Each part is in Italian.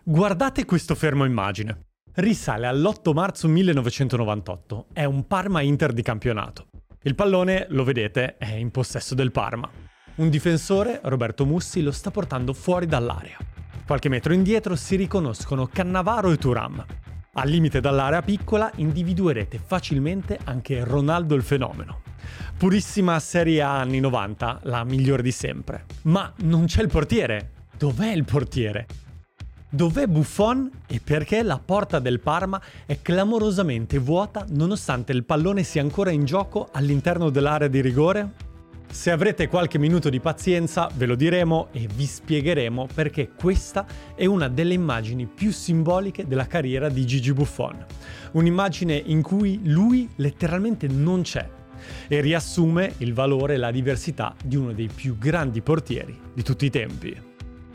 Guardate questo fermo immagine. Risale all'8 marzo 1998, è un Parma-Inter di campionato. Il pallone, lo vedete, è in possesso del Parma. Un difensore, Roberto Mussi, lo sta portando fuori dall'area. Qualche metro indietro si riconoscono Cannavaro e Thuram. Al limite dall'area piccola individuerete facilmente anche Ronaldo il fenomeno. Purissima Serie A anni 90, la migliore di sempre. Ma non c'è il portiere. Dov'è il portiere? Dov'è Buffon e perché la porta del Parma è clamorosamente vuota nonostante il pallone sia ancora in gioco all'interno dell'area di rigore? Se avrete qualche minuto di pazienza ve lo diremo e vi spiegheremo perché questa è una delle immagini più simboliche della carriera di Gigi Buffon. Un'immagine in cui lui letteralmente non c'è e riassume il valore e la diversità di uno dei più grandi portieri di tutti i tempi.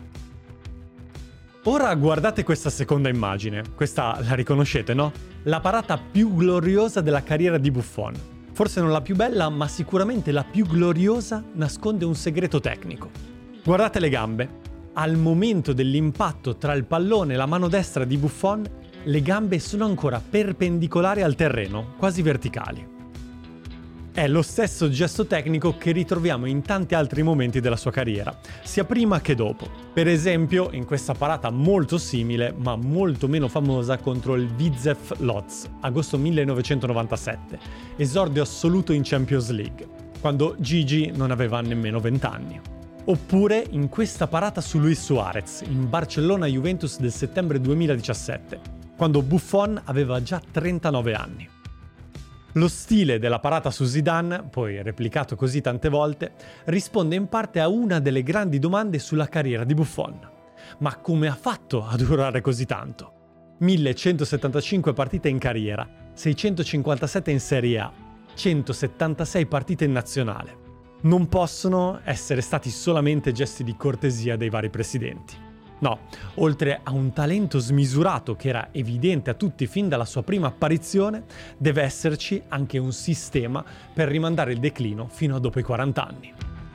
Ora guardate questa seconda immagine, questa la riconoscete, no? La parata più gloriosa della carriera di Buffon. Forse non la più bella, ma sicuramente la più gloriosa nasconde un segreto tecnico. Guardate le gambe. Al momento dell'impatto tra il pallone e la mano destra di Buffon, le gambe sono ancora perpendicolari al terreno, quasi verticali. È lo stesso gesto tecnico che ritroviamo in tanti altri momenti della sua carriera, sia prima che dopo. Per esempio, in questa parata molto simile, ma molto meno famosa contro il Widzew Łódź, agosto 1997, esordio assoluto in Champions League, quando Gigi non aveva nemmeno 20 anni. Oppure in questa parata su Luis Suarez, in Barcellona-Juventus del settembre 2017, quando Buffon aveva già 39 anni. Lo stile della parata su Zidane, poi replicato così tante volte, risponde in parte a una delle grandi domande sulla carriera di Buffon. Ma come ha fatto a durare così tanto? 1175 partite in carriera, 657 in Serie A, 176 partite in nazionale. Non possono essere stati solamente gesti di cortesia dei vari presidenti. No, oltre a un talento smisurato che era evidente a tutti fin dalla sua prima apparizione, deve esserci anche un sistema per rimandare il declino fino a dopo i 40 anni.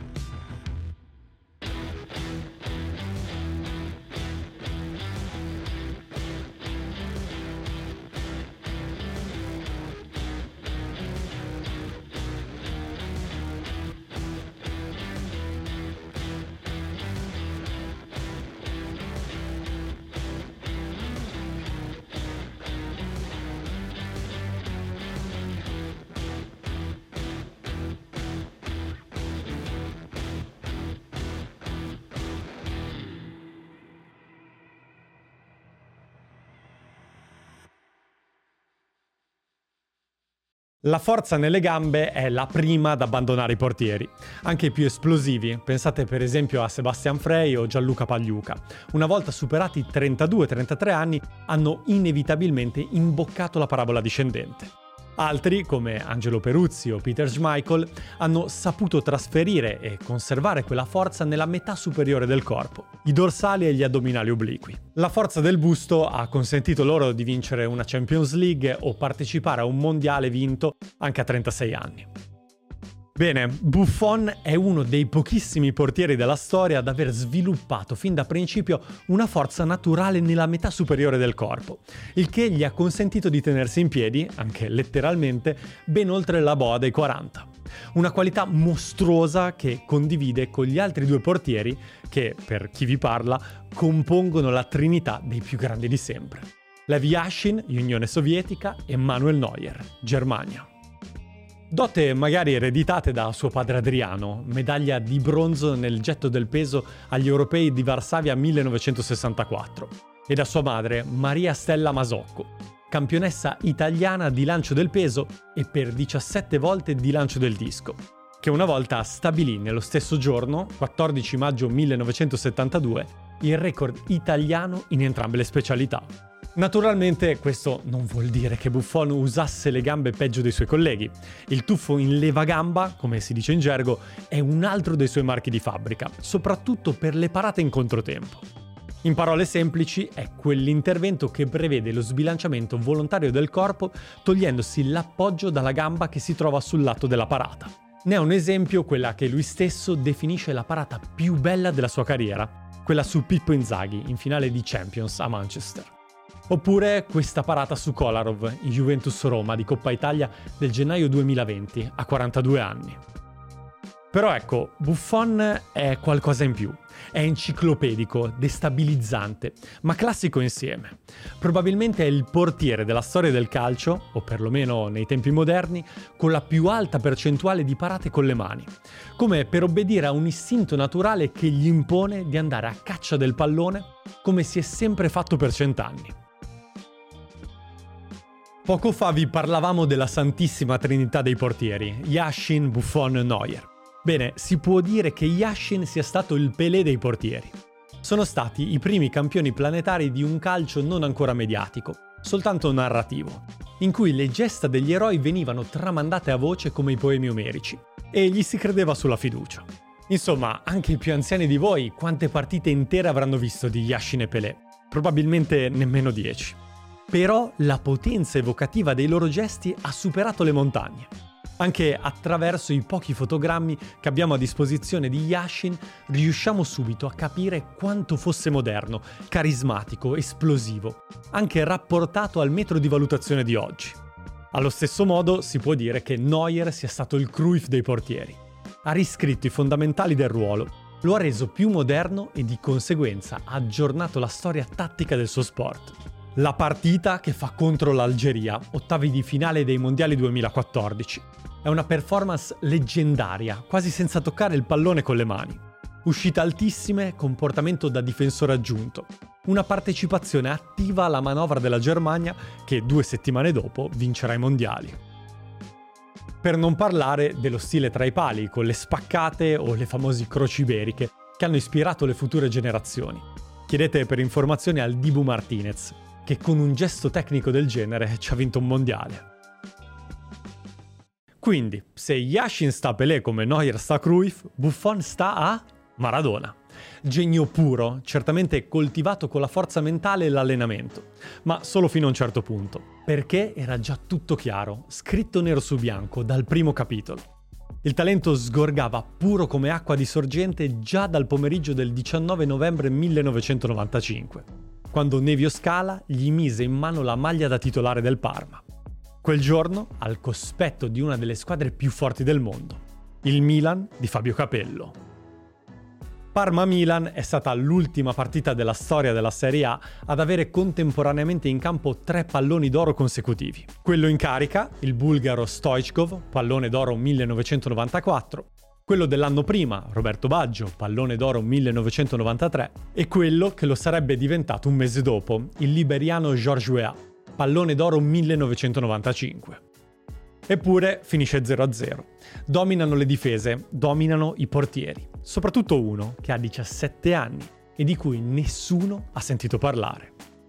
La forza nelle gambe è la prima ad abbandonare i portieri, anche i più esplosivi, pensate per esempio a Sebastian Frey o Gianluca Pagliuca. Una volta superati i 32-33 anni hanno inevitabilmente imboccato la parabola discendente. Altri, come Angelo Peruzzi o Peter Schmeichel, hanno saputo trasferire e conservare quella forza nella metà superiore del corpo, i dorsali e gli addominali obliqui. La forza del busto ha consentito loro di vincere una Champions League o partecipare a un mondiale vinto anche a 36 anni. Bene, Buffon è uno dei pochissimi portieri della storia ad aver sviluppato fin da principio una forza naturale nella metà superiore del corpo, il che gli ha consentito di tenersi in piedi, anche letteralmente, ben oltre la boa dei 40. Una qualità mostruosa che condivide con gli altri due portieri che, per chi vi parla, compongono la trinità dei più grandi di sempre. Lev Yashin, Unione Sovietica, e Manuel Neuer, Germania. Dote magari ereditate da suo padre Adriano, medaglia di bronzo nel getto del peso agli europei di Varsavia 1964, e da sua madre Maria Stella Masocco, campionessa italiana di lancio del peso e per 17 volte di lancio del disco, che una volta stabilì nello stesso giorno, 14 maggio 1972, il record italiano in entrambe le specialità. Naturalmente questo non vuol dire che Buffon usasse le gambe peggio dei suoi colleghi. Il tuffo in levagamba, come si dice in gergo, è un altro dei suoi marchi di fabbrica, soprattutto per le parate in controtempo. In parole semplici, è quell'intervento che prevede lo sbilanciamento volontario del corpo togliendosi l'appoggio dalla gamba che si trova sul lato della parata. Ne è un esempio quella che lui stesso definisce la parata più bella della sua carriera. quella su Pippo Inzaghi in finale di Champions a Manchester. Oppure questa parata su Kolarov in Juventus-Roma di Coppa Italia del gennaio 2020, a 42 anni. Però ecco, Buffon è qualcosa in più. È enciclopedico, destabilizzante, ma classico insieme. Probabilmente è il portiere della storia del calcio, o perlomeno nei tempi moderni, con la più alta percentuale di parate con le mani. Come per obbedire a un istinto naturale che gli impone di andare a caccia del pallone come si è sempre fatto per 100 anni. Poco fa vi parlavamo della santissima trinità dei portieri, Yashin, Buffon e Neuer. Bene, si può dire che Yashin sia stato il Pelé dei portieri. Sono stati i primi campioni planetari di un calcio non ancora mediatico, soltanto narrativo, in cui le gesta degli eroi venivano tramandate a voce come i poemi omerici, e gli si credeva sulla fiducia. Insomma, anche i più anziani di voi quante partite intere avranno visto di Yashin e Pelé? Probabilmente nemmeno 10. Però la potenza evocativa dei loro gesti ha superato le montagne. Anche attraverso i pochi fotogrammi che abbiamo a disposizione di Yashin riusciamo subito a capire quanto fosse moderno, carismatico, esplosivo, anche rapportato al metro di valutazione di oggi. Allo stesso modo si può dire che Neuer sia stato il Cruyff dei portieri. Ha riscritto i fondamentali del ruolo, lo ha reso più moderno e di conseguenza ha aggiornato la storia tattica del suo sport. La partita che fa contro l'Algeria, ottavi di finale dei Mondiali 2014. È una performance leggendaria, quasi senza toccare il pallone con le mani. Uscite altissime, comportamento da difensore aggiunto. Una partecipazione attiva alla manovra della Germania che 2 settimane dopo vincerà i Mondiali. Per non parlare dello stile tra i pali, con le spaccate o le famose croci iberiche, che hanno ispirato le future generazioni. Chiedete per informazioni al Dibu Martinez, che con un gesto tecnico del genere ci ha vinto un mondiale. Quindi, se Yashin sta a Pelé come Neuer sta a Cruyff, Buffon sta a Maradona. Genio puro, certamente coltivato con la forza mentale e l'allenamento, ma solo fino a un certo punto, perché era già tutto chiaro, scritto nero su bianco dal primo capitolo. Il talento sgorgava puro come acqua di sorgente già dal pomeriggio del 19 novembre 1995, quando Nevio Scala gli mise in mano la maglia da titolare del Parma. Quel giorno, al cospetto di una delle squadre più forti del mondo, il Milan di Fabio Capello. Parma-Milan è stata l'ultima partita della storia della Serie A ad avere contemporaneamente in campo 3 palloni d'oro consecutivi. Quello in carica, il bulgaro Stoichkov, pallone d'oro 1994, quello dell'anno prima, Roberto Baggio, pallone d'oro 1993, e quello che lo sarebbe diventato un mese dopo, il liberiano Georges Weah, pallone d'oro 1995. Eppure finisce 0-0. Dominano le difese, dominano i portieri, soprattutto uno che ha 17 anni e di cui nessuno ha sentito parlare.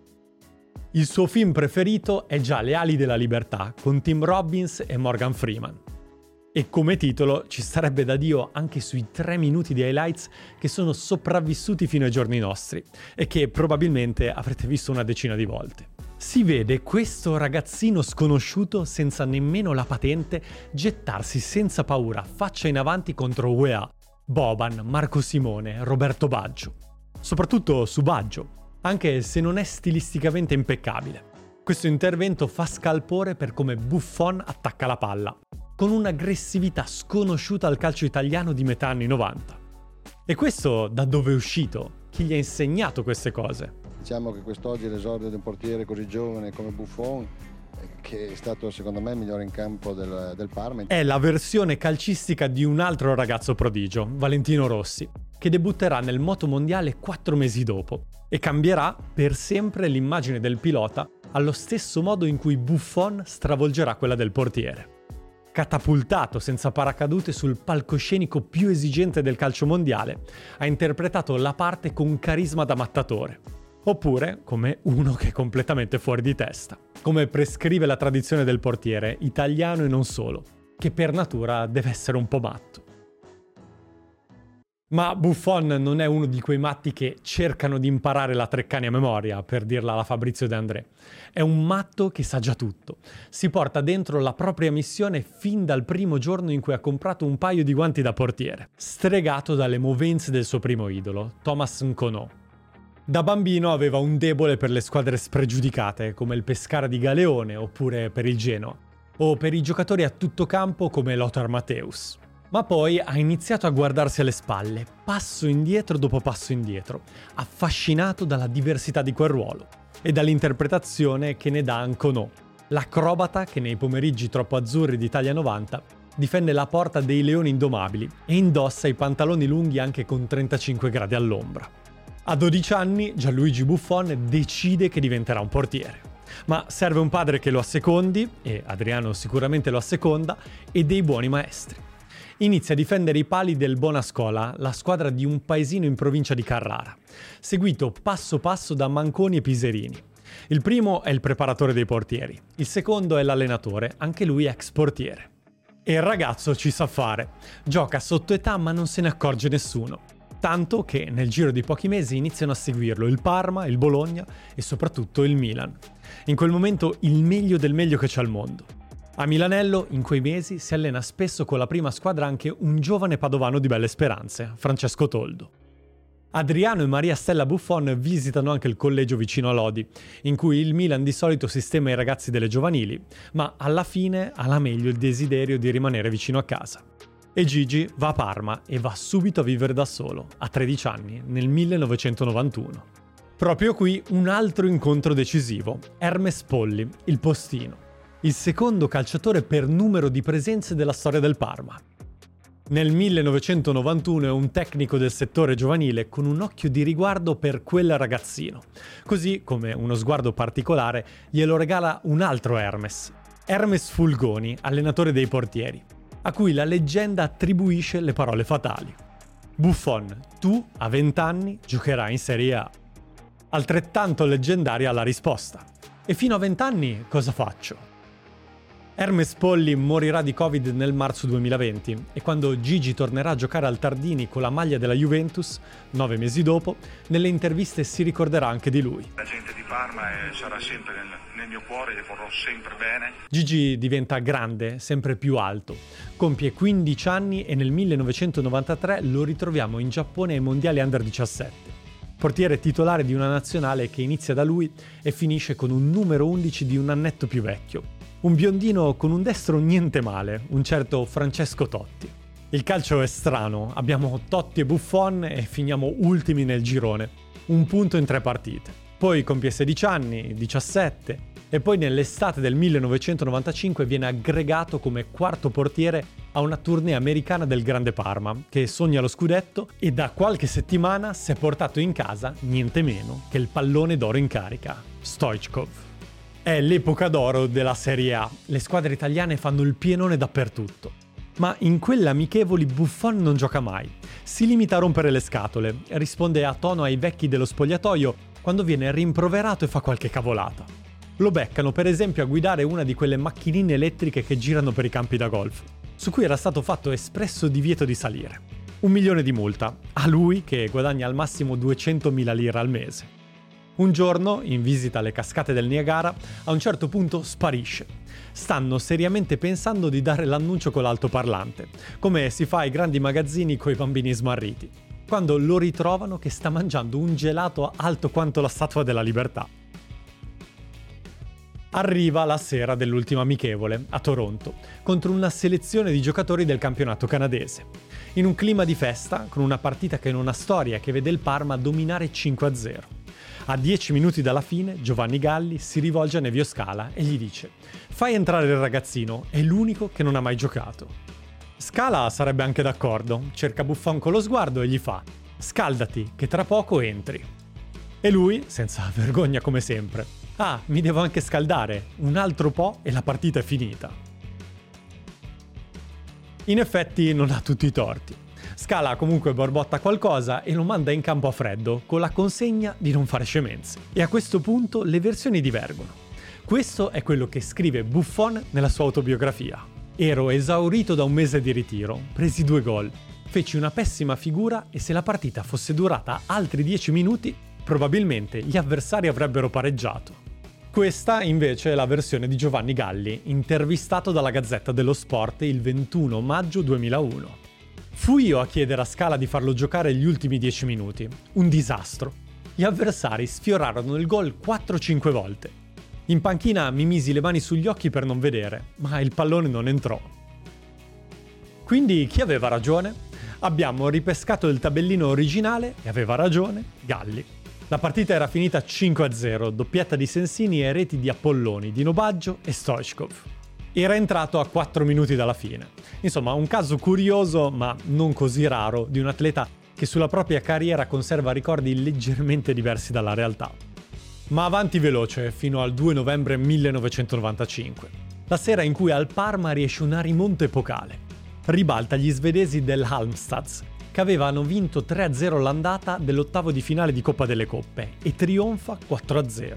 Il suo film preferito è già Le ali della libertà, con Tim Robbins e Morgan Freeman. E come titolo ci sarebbe da Dio anche sui 3 minuti di highlights che sono sopravvissuti fino ai giorni nostri e che probabilmente avrete visto una decina di volte. Si vede questo ragazzino sconosciuto senza nemmeno la patente gettarsi senza paura faccia in avanti contro Weah, Boban, Marco Simone, Roberto Baggio. Soprattutto su Baggio, anche se non è stilisticamente impeccabile. Questo intervento fa scalpore per come Buffon attacca la palla, con un'aggressività sconosciuta al calcio italiano di metà anni 90. E questo da dove è uscito? Chi gli ha insegnato queste cose? Diciamo che quest'oggi è l'esordio di un portiere così giovane come Buffon, che è stato secondo me il migliore in campo del Parma. È la versione calcistica di un altro ragazzo prodigio, Valentino Rossi, che debutterà nel moto mondiale 4 mesi dopo e cambierà per sempre l'immagine del pilota allo stesso modo in cui Buffon stravolgerà quella del portiere. Catapultato senza paracadute sul palcoscenico più esigente del calcio mondiale, ha interpretato la parte con carisma da mattatore. Oppure come uno che è completamente fuori di testa, come prescrive la tradizione del portiere, italiano e non solo, che per natura deve essere un po' matto. Ma Buffon non è uno di quei matti che cercano di imparare la Treccani a memoria, per dirla alla Fabrizio De André. È un matto che sa già tutto. Si porta dentro la propria missione fin dal primo giorno in cui ha comprato un paio di guanti da portiere, stregato dalle movenze del suo primo idolo, Thomas Nkono. Da bambino aveva un debole per le squadre spregiudicate, come il Pescara di Galeone oppure per il Genoa, o per i giocatori a tutto campo come Lothar Matthäus. Ma poi ha iniziato a guardarsi alle spalle, passo indietro dopo passo indietro, affascinato dalla diversità di quel ruolo e dall'interpretazione che ne dà Nkono, l'acrobata che nei pomeriggi troppo azzurri d'Italia 90 difende la porta dei leoni indomabili e indossa i pantaloni lunghi anche con 35 gradi all'ombra. A 12 anni Gianluigi Buffon decide che diventerà un portiere. Ma serve un padre che lo assecondi, e Adriano sicuramente lo asseconda, e dei buoni maestri. Inizia a difendere i pali del Bonascola, la squadra di un paesino in provincia di Carrara, seguito passo passo da Manconi e Piserini. Il primo è il preparatore dei portieri, il secondo è l'allenatore, anche lui ex portiere. E il ragazzo ci sa fare, gioca sotto età ma non se ne accorge nessuno, tanto che nel giro di pochi mesi iniziano a seguirlo il Parma, il Bologna e soprattutto il Milan. In quel momento il meglio del meglio che c'è al mondo. A Milanello, in quei mesi, si allena spesso con la prima squadra anche un giovane padovano di belle speranze, Francesco Toldo. Adriano e Maria Stella Buffon visitano anche il collegio vicino a Lodi, in cui il Milan di solito sistema i ragazzi delle giovanili, ma alla fine ha la meglio il desiderio di rimanere vicino a casa. E Gigi va a Parma e va subito a vivere da solo, a 13 anni, nel 1991. Proprio qui un altro incontro decisivo, Hermes Polli, il postino. Il secondo calciatore per numero di presenze della storia del Parma. Nel 1991 è un tecnico del settore giovanile con un occhio di riguardo per quel ragazzino, così come uno sguardo particolare glielo regala un altro Hermes Fulgoni, allenatore dei portieri, a cui la leggenda attribuisce le parole fatali. Buffon, tu a 20 anni giocherai in Serie A. Altrettanto leggendaria la risposta. E fino a 20 anni cosa faccio? Hermes Polli morirà di Covid nel marzo 2020 e quando Gigi tornerà a giocare al Tardini con la maglia della Juventus, 9 mesi dopo, nelle interviste si ricorderà anche di lui. La gente di Parma sarà sempre nel mio cuore, le vorrò sempre bene. Gigi diventa grande, sempre più alto, compie 15 anni e nel 1993 lo ritroviamo in Giappone ai mondiali Under 17. Portiere titolare di una nazionale che inizia da lui e finisce con un numero 11 di un annetto più vecchio. Un biondino con un destro niente male, un certo Francesco Totti. Il calcio è strano, abbiamo Totti e Buffon e finiamo ultimi nel girone. Un punto in 3 partite. Poi compie 16 anni, 17, e poi nell'estate del 1995 viene aggregato come quarto portiere a una tournée americana del Grande Parma, che sogna lo scudetto e da qualche settimana si è portato in casa niente meno che il pallone d'oro in carica, Stoichkov. È l'epoca d'oro della Serie A, le squadre italiane fanno il pienone dappertutto. Ma in quelle amichevoli Buffon non gioca mai, si limita a rompere le scatole, risponde a tono ai vecchi dello spogliatoio quando viene rimproverato e fa qualche cavolata. Lo beccano per esempio a guidare una di quelle macchinine elettriche che girano per i campi da golf, su cui era stato fatto espresso divieto di salire. 1 milione di multa, a lui che guadagna al massimo 200.000 lire al mese. Un giorno, in visita alle cascate del Niagara, a un certo punto sparisce. Stanno seriamente pensando di dare l'annuncio con l'altoparlante, come si fa ai grandi magazzini coi bambini smarriti, quando lo ritrovano che sta mangiando un gelato alto quanto la Statua della Libertà. Arriva la sera dell'ultima amichevole, a Toronto, contro una selezione di giocatori del campionato canadese. In un clima di festa, con una partita che non ha storia che vede il Parma dominare 5-0. A 10 minuti dalla fine, Giovanni Galli si rivolge a Nevio Scala e gli dice: «Fai entrare il ragazzino, è l'unico che non ha mai giocato». Scala sarebbe anche d'accordo, cerca Buffon con lo sguardo e gli fa: «Scaldati, che tra poco entri». E lui, senza vergogna come sempre: «Ah, mi devo anche scaldare, un altro po' e la partita è finita». In effetti non ha tutti i torti. Scala comunque borbotta qualcosa e lo manda in campo a freddo, con la consegna di non fare scemenze. E a questo punto le versioni divergono. Questo è quello che scrive Buffon nella sua autobiografia. «Ero esaurito da un mese di ritiro, presi 2 gol. Feci una pessima figura e se la partita fosse durata altri 10 minuti, probabilmente gli avversari avrebbero pareggiato. Questa invece è la versione di Giovanni Galli, intervistato dalla Gazzetta dello Sport il 21 maggio 2001. Fui io a chiedere a Scala di farlo giocare gli ultimi 10 minuti. Un disastro. Gli avversari sfiorarono il gol 4-5 volte. In panchina mi misi le mani sugli occhi per non vedere, ma il pallone non entrò. Quindi chi aveva ragione? Abbiamo ripescato il tabellino originale e aveva ragione Galli. La partita era finita 5-0, doppietta di Sensini e reti di Appolloni, Dino Baggio e Stoichkov. Era entrato a 4 minuti dalla fine. Insomma, un caso curioso, ma non così raro, di un atleta che sulla propria carriera conserva ricordi leggermente diversi dalla realtà. Ma avanti veloce fino al 2 novembre 1995, la sera in cui al Parma riesce una rimonta epocale. Ribalta gli svedesi del Halmstads, che avevano vinto 3-0 l'andata dell'ottavo di finale di Coppa delle Coppe e trionfa 4-0.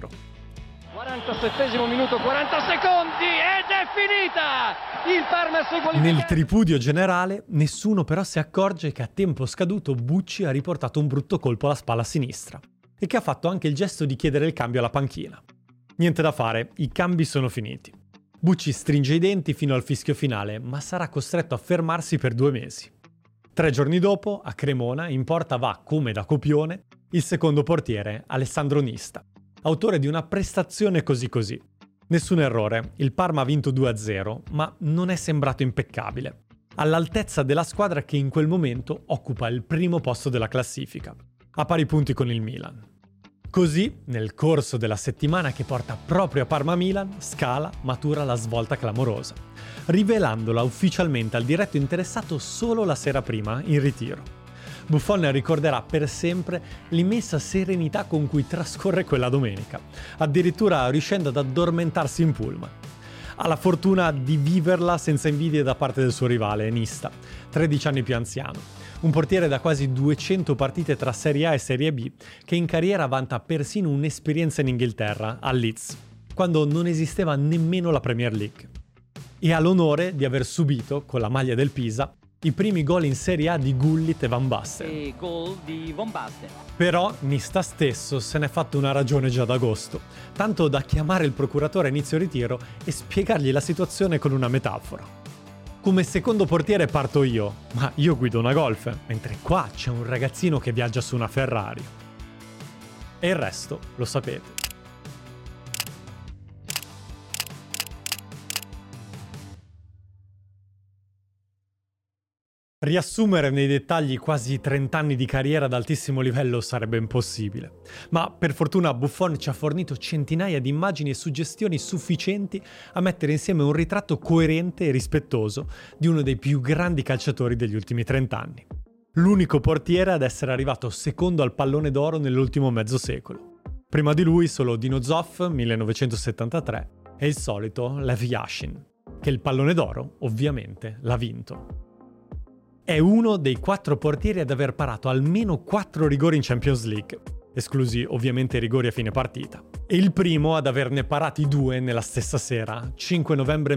47esimo minuto, 40 secondi ed è finita! Il Parma segue Nel tripudio generale, nessuno però si accorge che a tempo scaduto Bucci ha riportato un brutto colpo alla spalla sinistra e che ha fatto anche il gesto di chiedere il cambio alla panchina. Niente da fare, i cambi sono finiti. Bucci stringe i denti fino al fischio finale, ma sarà costretto a fermarsi per 2 mesi. 3 giorni dopo, a Cremona, in porta va, come da copione, il secondo portiere, Alessandro Nista, autore di una prestazione così così. Nessun errore, il Parma ha vinto 2-0, ma non è sembrato impeccabile. All'altezza della squadra che in quel momento occupa il primo posto della classifica, a pari punti con il Milan. Così, nel corso della settimana che porta proprio a Parma-Milan, Scala matura la svolta clamorosa, rivelandola ufficialmente al diretto interessato solo la sera prima, in ritiro. Buffon ricorderà per sempre l'immensa serenità con cui trascorre quella domenica, addirittura riuscendo ad addormentarsi in pullman. Ha la fortuna di viverla senza invidie da parte del suo rivale, Nista, 13 anni più anziano. Un portiere da quasi 200 partite tra Serie A e Serie B, che in carriera vanta persino un'esperienza in Inghilterra, a Leeds, quando non esisteva nemmeno la Premier League. E ha l'onore di aver subito, con la maglia del Pisa, i primi gol in Serie A di Gullit e Van Basten. E gol di Van Basten. Però Nista stesso se n'è fatto una ragione già ad agosto, tanto da chiamare il procuratore a inizio ritiro e spiegargli la situazione con una metafora. Come secondo portiere parto io, ma io guido una Golf, mentre qua c'è un ragazzino che viaggia su una Ferrari. E il resto lo sapete. Riassumere nei dettagli quasi 30 anni di carriera ad altissimo livello sarebbe impossibile, ma per fortuna Buffon ci ha fornito centinaia di immagini e suggestioni sufficienti a mettere insieme un ritratto coerente e rispettoso di uno dei più grandi calciatori degli ultimi 30 anni. L'unico portiere ad essere arrivato secondo al Pallone d'Oro nell'ultimo mezzo secolo. Prima di lui solo Dino Zoff, 1973, e il solito Lev Yashin, che il Pallone d'Oro, ovviamente, l'ha vinto. È uno dei 4 portieri ad aver parato almeno 4 rigori in Champions League, esclusi ovviamente i rigori a fine partita, e il primo ad averne parati 2 nella stessa sera, 5 novembre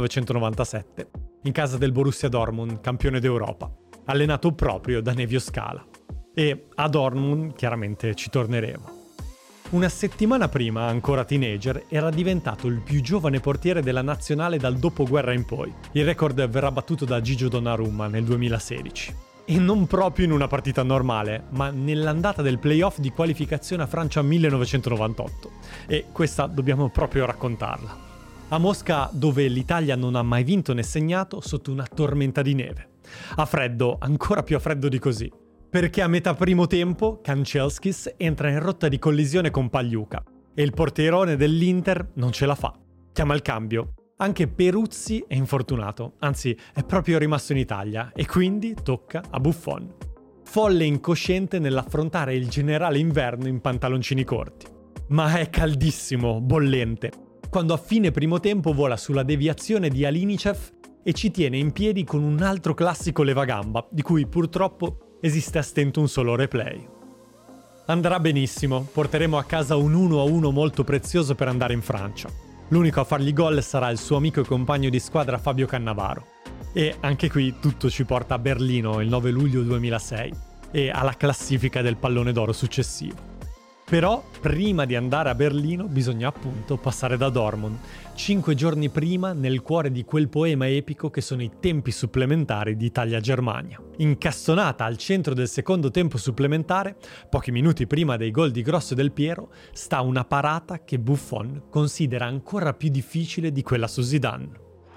1997, in casa del Borussia Dortmund, campione d'Europa, allenato proprio da Nevio Scala. E a Dortmund chiaramente ci torneremo. Una settimana prima, ancora teenager, era diventato il più giovane portiere della nazionale dal dopoguerra in poi. Il record verrà battuto da Gigio Donnarumma nel 2016. E non proprio in una partita normale, ma nell'andata del playoff di qualificazione a Francia 1998. E questa dobbiamo proprio raccontarla. A Mosca, dove l'Italia non ha mai vinto né segnato, sotto una tormenta di neve. A freddo, ancora più a freddo di così. Perché a metà primo tempo Kanchelskis entra in rotta di collisione con Pagliuca e il portierone dell'Inter non ce la fa. Chiama il cambio. Anche Peruzzi è infortunato, anzi è proprio rimasto in Italia e quindi tocca a Buffon. Folle incosciente nell'affrontare il generale inverno in pantaloncini corti. Ma è caldissimo, bollente, quando a fine primo tempo vola sulla deviazione di Alinicev e ci tiene in piedi con un altro classico levagamba, di cui purtroppo esiste a stento un solo replay. Andrà benissimo, porteremo a casa un 1-1 molto prezioso per andare in Francia. L'unico a fargli gol sarà il suo amico e compagno di squadra Fabio Cannavaro. E anche qui tutto ci porta a Berlino il 9 luglio 2006 e alla classifica del pallone d'oro successivo. Però prima di andare a Berlino bisogna appunto passare da Dortmund, 5 giorni prima nel cuore di quel poema epico che sono i tempi supplementari di Italia-Germania. Incastonata al centro del secondo tempo supplementare, pochi minuti prima dei gol di Grosso e Del Piero, sta una parata che Buffon considera ancora più difficile di quella su Zidane.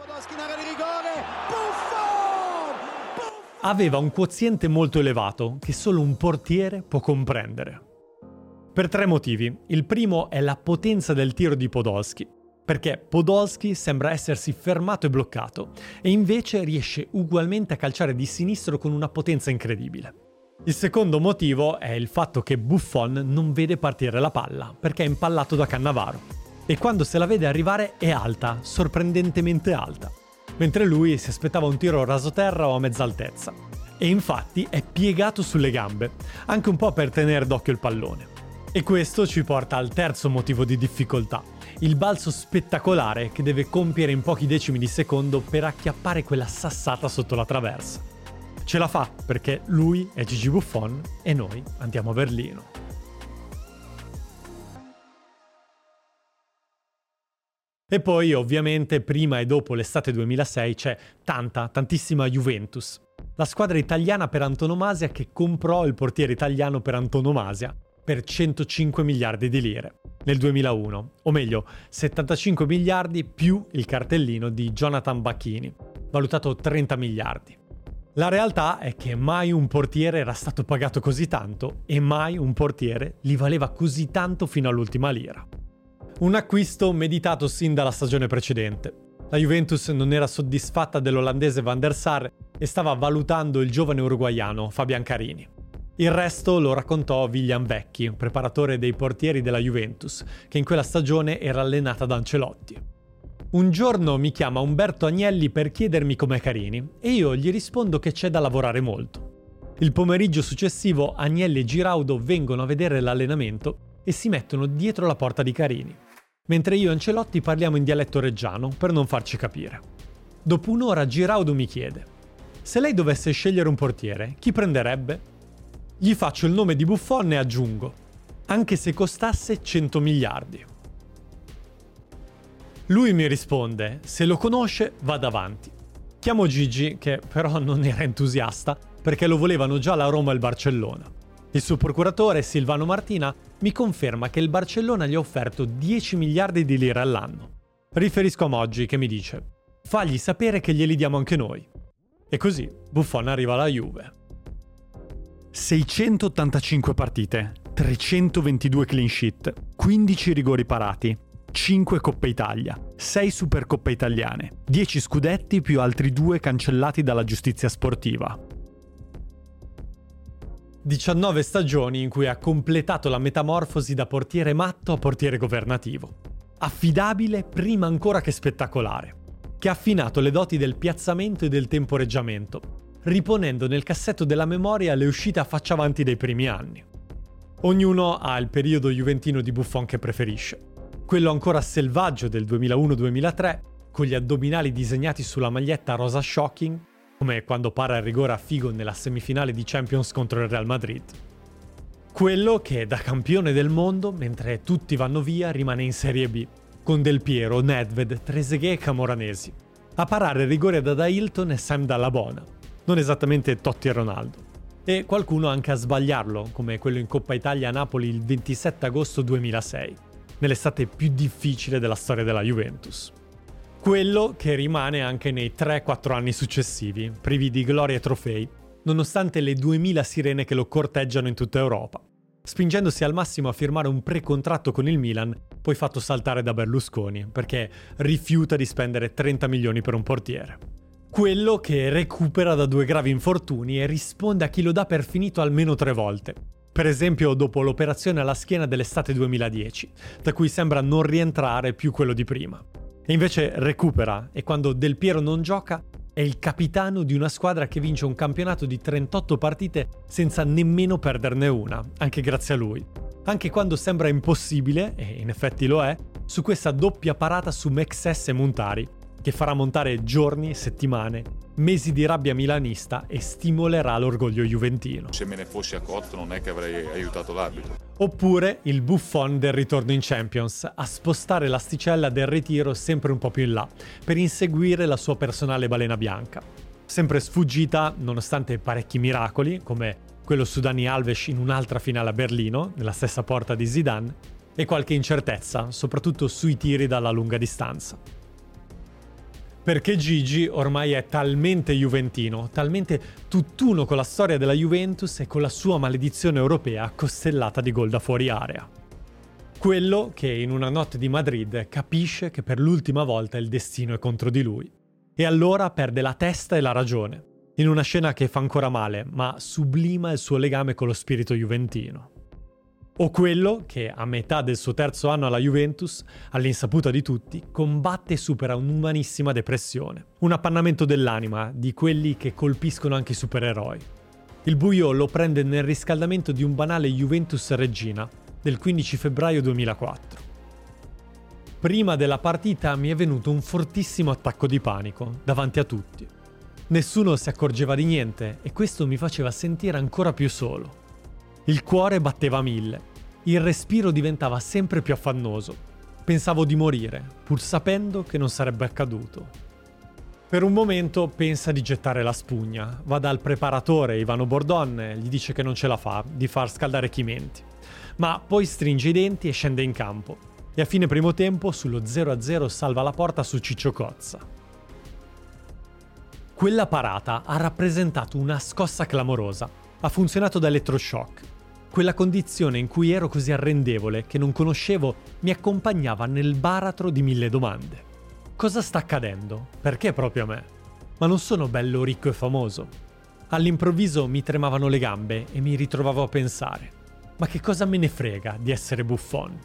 Aveva un quoziente molto elevato che solo un portiere può comprendere. Per 3 motivi. Il primo è la potenza del tiro di Podolski, perché Podolski sembra essersi fermato e bloccato, e invece riesce ugualmente a calciare di sinistro con una potenza incredibile. Il secondo motivo è il fatto che Buffon non vede partire la palla, perché è impallato da Cannavaro, e quando se la vede arrivare è alta, sorprendentemente alta, mentre lui si aspettava un tiro rasoterra o a mezza altezza. E infatti è piegato sulle gambe, anche un po' per tenere d'occhio il pallone. E questo ci porta al terzo motivo di difficoltà, il balzo spettacolare che deve compiere in pochi decimi di secondo per acchiappare quella sassata sotto la traversa. Ce la fa perché lui è Gigi Buffon e noi andiamo a Berlino. E poi ovviamente prima e dopo l'estate 2006 c'è tantissima Juventus, la squadra italiana per antonomasia che comprò il portiere italiano per antonomasia per 105 miliardi di lire nel 2001, o meglio 75 miliardi più il cartellino di Jonathan Bacchini, valutato 30 miliardi. La realtà è che mai un portiere era stato pagato così tanto e mai un portiere li valeva così tanto fino all'ultima lira. Un acquisto meditato sin dalla stagione precedente. La Juventus non era soddisfatta dell'olandese Van der Sar e stava valutando il giovane uruguaiano Fabian Carini. Il resto lo raccontò William Vecchi, preparatore dei portieri della Juventus, che in quella stagione era allenata da Ancelotti. Un giorno mi chiama Umberto Agnelli per chiedermi com'è Carini e io gli rispondo che c'è da lavorare molto. Il pomeriggio successivo Agnelli e Giraudo vengono a vedere l'allenamento e si mettono dietro la porta di Carini, mentre io e Ancelotti parliamo in dialetto reggiano per non farci capire. Dopo un'ora Giraudo mi chiede: se lei dovesse scegliere un portiere, chi prenderebbe? Gli faccio il nome di Buffon e aggiungo: anche se costasse 100 miliardi. Lui mi risponde: se lo conosce vada avanti. Chiamo Gigi, che però non era entusiasta perché lo volevano già la Roma e il Barcellona. Il suo procuratore Silvano Martina mi conferma che il Barcellona gli ha offerto 10 miliardi di lire all'anno. Riferisco a Moggi che mi dice: fagli sapere che glieli diamo anche noi. E così Buffon arriva alla Juve. 685 partite, 322 clean sheet, 15 rigori parati, 5 Coppe Italia, 6 Supercoppe italiane, 10 scudetti più altri 2 cancellati dalla giustizia sportiva. 19 stagioni in cui ha completato la metamorfosi da portiere matto a portiere governativo. Affidabile prima ancora che spettacolare, che ha affinato le doti del piazzamento e del temporeggiamento, riponendo nel cassetto della memoria le uscite a faccia avanti dei primi anni. Ognuno ha il periodo juventino di Buffon che preferisce. Quello ancora selvaggio del 2001-2003, con gli addominali disegnati sulla maglietta rosa shocking, come quando para il rigore a Figo nella semifinale di Champions contro il Real Madrid. Quello che da campione del mondo, mentre tutti vanno via, rimane in Serie B, con Del Piero, Nedved, Trezeguet e Camoranesi. A parare il rigore da Hilton e Sam Dallabona. Non esattamente Totti e Ronaldo. E qualcuno anche a sbagliarlo, come quello in Coppa Italia a Napoli il 27 agosto 2006, nell'estate più difficile della storia della Juventus. Quello che rimane anche nei 3-4 anni successivi, privi di gloria e trofei, nonostante le 2000 sirene che lo corteggiano in tutta Europa, spingendosi al massimo a firmare un precontratto con il Milan, poi fatto saltare da Berlusconi, perché rifiuta di spendere 30 milioni per un portiere. Quello che recupera da 2 gravi infortuni e risponde a chi lo dà per finito almeno 3 volte. Per esempio dopo l'operazione alla schiena dell'estate 2010, da cui sembra non rientrare più quello di prima. E invece recupera, e quando Del Piero non gioca, è il capitano di una squadra che vince un campionato di 38 partite senza nemmeno perderne una, anche grazie a lui. Anche quando sembra impossibile, e in effetti lo è, su questa doppia parata su Mexes e Montari, che farà montare giorni, settimane, mesi di rabbia milanista e stimolerà l'orgoglio juventino. Se me ne fossi accorto non è che avrei aiutato l'arbitro. Oppure il Buffon del ritorno in Champions, a spostare l'asticella del ritiro sempre un po' più in là, per inseguire la sua personale balena bianca. Sempre sfuggita, nonostante parecchi miracoli, come quello su Dani Alves in un'altra finale a Berlino, nella stessa porta di Zidane, e qualche incertezza, soprattutto sui tiri dalla lunga distanza. Perché Gigi ormai è talmente juventino, talmente tutt'uno con la storia della Juventus e con la sua maledizione europea costellata di gol da fuori area. Quello che in una notte di Madrid capisce che per l'ultima volta il destino è contro di lui. E allora perde la testa e la ragione, in una scena che fa ancora male, ma sublima il suo legame con lo spirito juventino. O quello che, a metà del suo terzo anno alla Juventus, all'insaputa di tutti, combatte e supera un'umanissima depressione. Un appannamento dell'anima, di quelli che colpiscono anche i supereroi. Il buio lo prende nel riscaldamento di un banale Juventus Reggina del 15 febbraio 2004. Prima della partita mi è venuto un fortissimo attacco di panico, davanti a tutti. Nessuno si accorgeva di niente e questo mi faceva sentire ancora più solo. Il cuore batteva a 1000, il respiro diventava sempre più affannoso. Pensavo di morire, pur sapendo che non sarebbe accaduto. Per un momento pensa di gettare la spugna, va dal preparatore Ivano Bordon, gli dice che non ce la fa, di far scaldare Chimenti. Ma poi stringe i denti e scende in campo, e a fine primo tempo sullo 0-0 salva la porta su Ciccio Cozza. Quella parata ha rappresentato una scossa clamorosa, ha funzionato da elettroshock. Quella condizione in cui ero così arrendevole che non conoscevo mi accompagnava nel baratro di 1000 domande. Cosa sta accadendo? Perché proprio a me? Ma non sono bello, ricco e famoso. All'improvviso mi tremavano le gambe e mi ritrovavo a pensare: ma che cosa me ne frega di essere Buffon?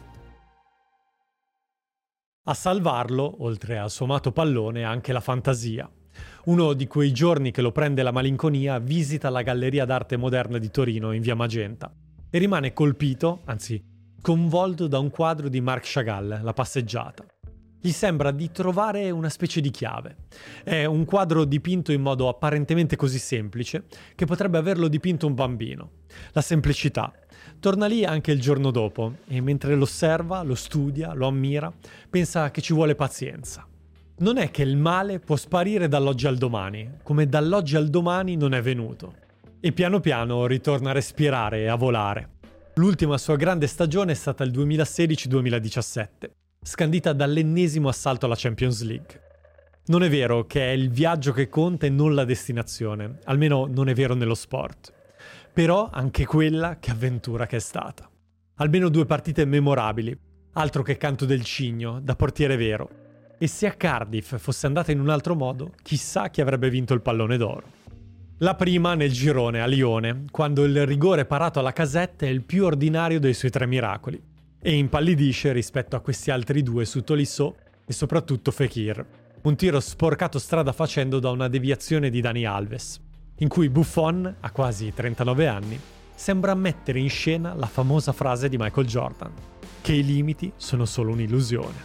A salvarlo, oltre al suo amato pallone, anche la fantasia. Uno di quei giorni che lo prende la malinconia, visita la Galleria d'Arte Moderna di Torino in via Magenta e rimane colpito, anzi sconvolto da un quadro di Marc Chagall, La passeggiata. Gli sembra di trovare una specie di chiave. È un quadro dipinto in modo apparentemente così semplice che potrebbe averlo dipinto un bambino. La semplicità. Torna lì anche il giorno dopo e mentre lo osserva, lo studia, lo ammira, pensa che ci vuole pazienza. Non è che il male può sparire dall'oggi al domani, come dall'oggi al domani non è venuto. E piano piano ritorna a respirare e a volare. L'ultima sua grande stagione è stata il 2016-2017, scandita dall'ennesimo assalto alla Champions League. Non è vero che è il viaggio che conta e non la destinazione, almeno non è vero nello sport. Però anche quella che avventura che è stata. Almeno 2 partite memorabili, altro che canto del cigno, da portiere vero. E se a Cardiff fosse andata in un altro modo, chissà chi avrebbe vinto il pallone d'oro. La prima nel girone a Lione, quando il rigore parato alla casetta è il più ordinario dei suoi 3 miracoli, e impallidisce rispetto a questi altri 2 su Tolisso e soprattutto Fekir. Un tiro sporcato strada facendo da una deviazione di Dani Alves, in cui Buffon, a quasi 39 anni, sembra mettere in scena la famosa frase di Michael Jordan, che i limiti sono solo un'illusione.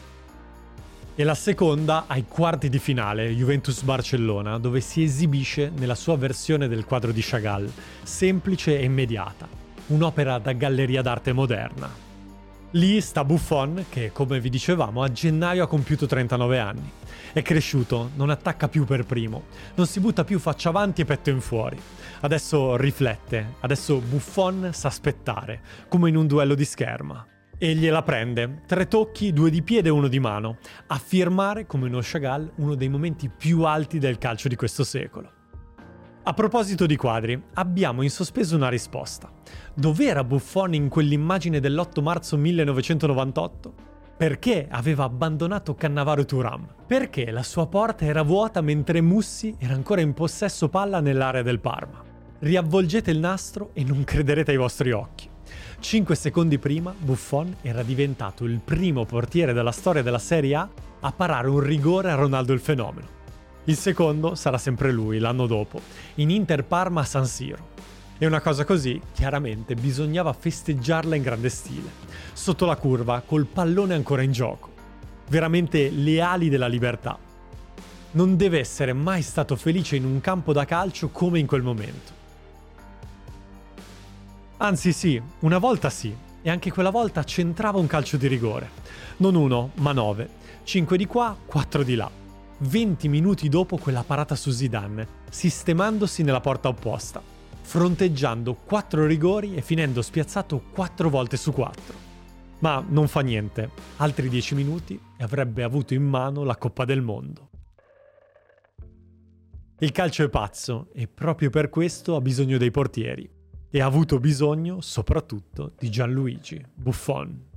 E la seconda ai quarti di finale, Juventus-Barcellona, dove si esibisce nella sua versione del quadro di Chagall, semplice e immediata, un'opera da galleria d'arte moderna. Lì sta Buffon, che, come vi dicevamo, a gennaio ha compiuto 39 anni. È cresciuto, non attacca più per primo, non si butta più faccia avanti e petto in fuori. Adesso riflette, adesso Buffon sa aspettare, come in un duello di scherma. E gliela prende, 3 tocchi, 2 di piede e 1 di mano, a firmare, come uno Chagall, uno dei momenti più alti del calcio di questo secolo. A proposito di quadri, abbiamo in sospeso una risposta. Dov'era Buffon in quell'immagine dell'8 marzo 1998? Perché aveva abbandonato Cannavaro Thuram? Perché la sua porta era vuota mentre Mussi era ancora in possesso palla nell'area del Parma? Riavvolgete il nastro e non crederete ai vostri occhi. 5 secondi prima, Buffon era diventato il primo portiere della storia della Serie A parare un rigore a Ronaldo il Fenomeno. Il secondo sarà sempre lui, l'anno dopo, in Inter Parma a San Siro. E una cosa così, chiaramente, bisognava festeggiarla in grande stile. Sotto la curva, col pallone ancora in gioco. Veramente le ali della libertà. non deve essere mai stato felice in un campo da calcio come in quel momento. Anzi sì, una volta sì, e anche quella volta centrava un calcio di rigore. Non 1, ma 9. 5 di qua, 4 di là. 20 minuti dopo quella parata su Zidane, sistemandosi nella porta opposta, fronteggiando 4 rigori e finendo spiazzato 4 volte su 4. Ma non fa niente, altri 10 minuti e avrebbe avuto in mano la Coppa del Mondo. Il calcio è pazzo e proprio per questo ha bisogno dei portieri. E ha avuto bisogno soprattutto di Gianluigi Buffon.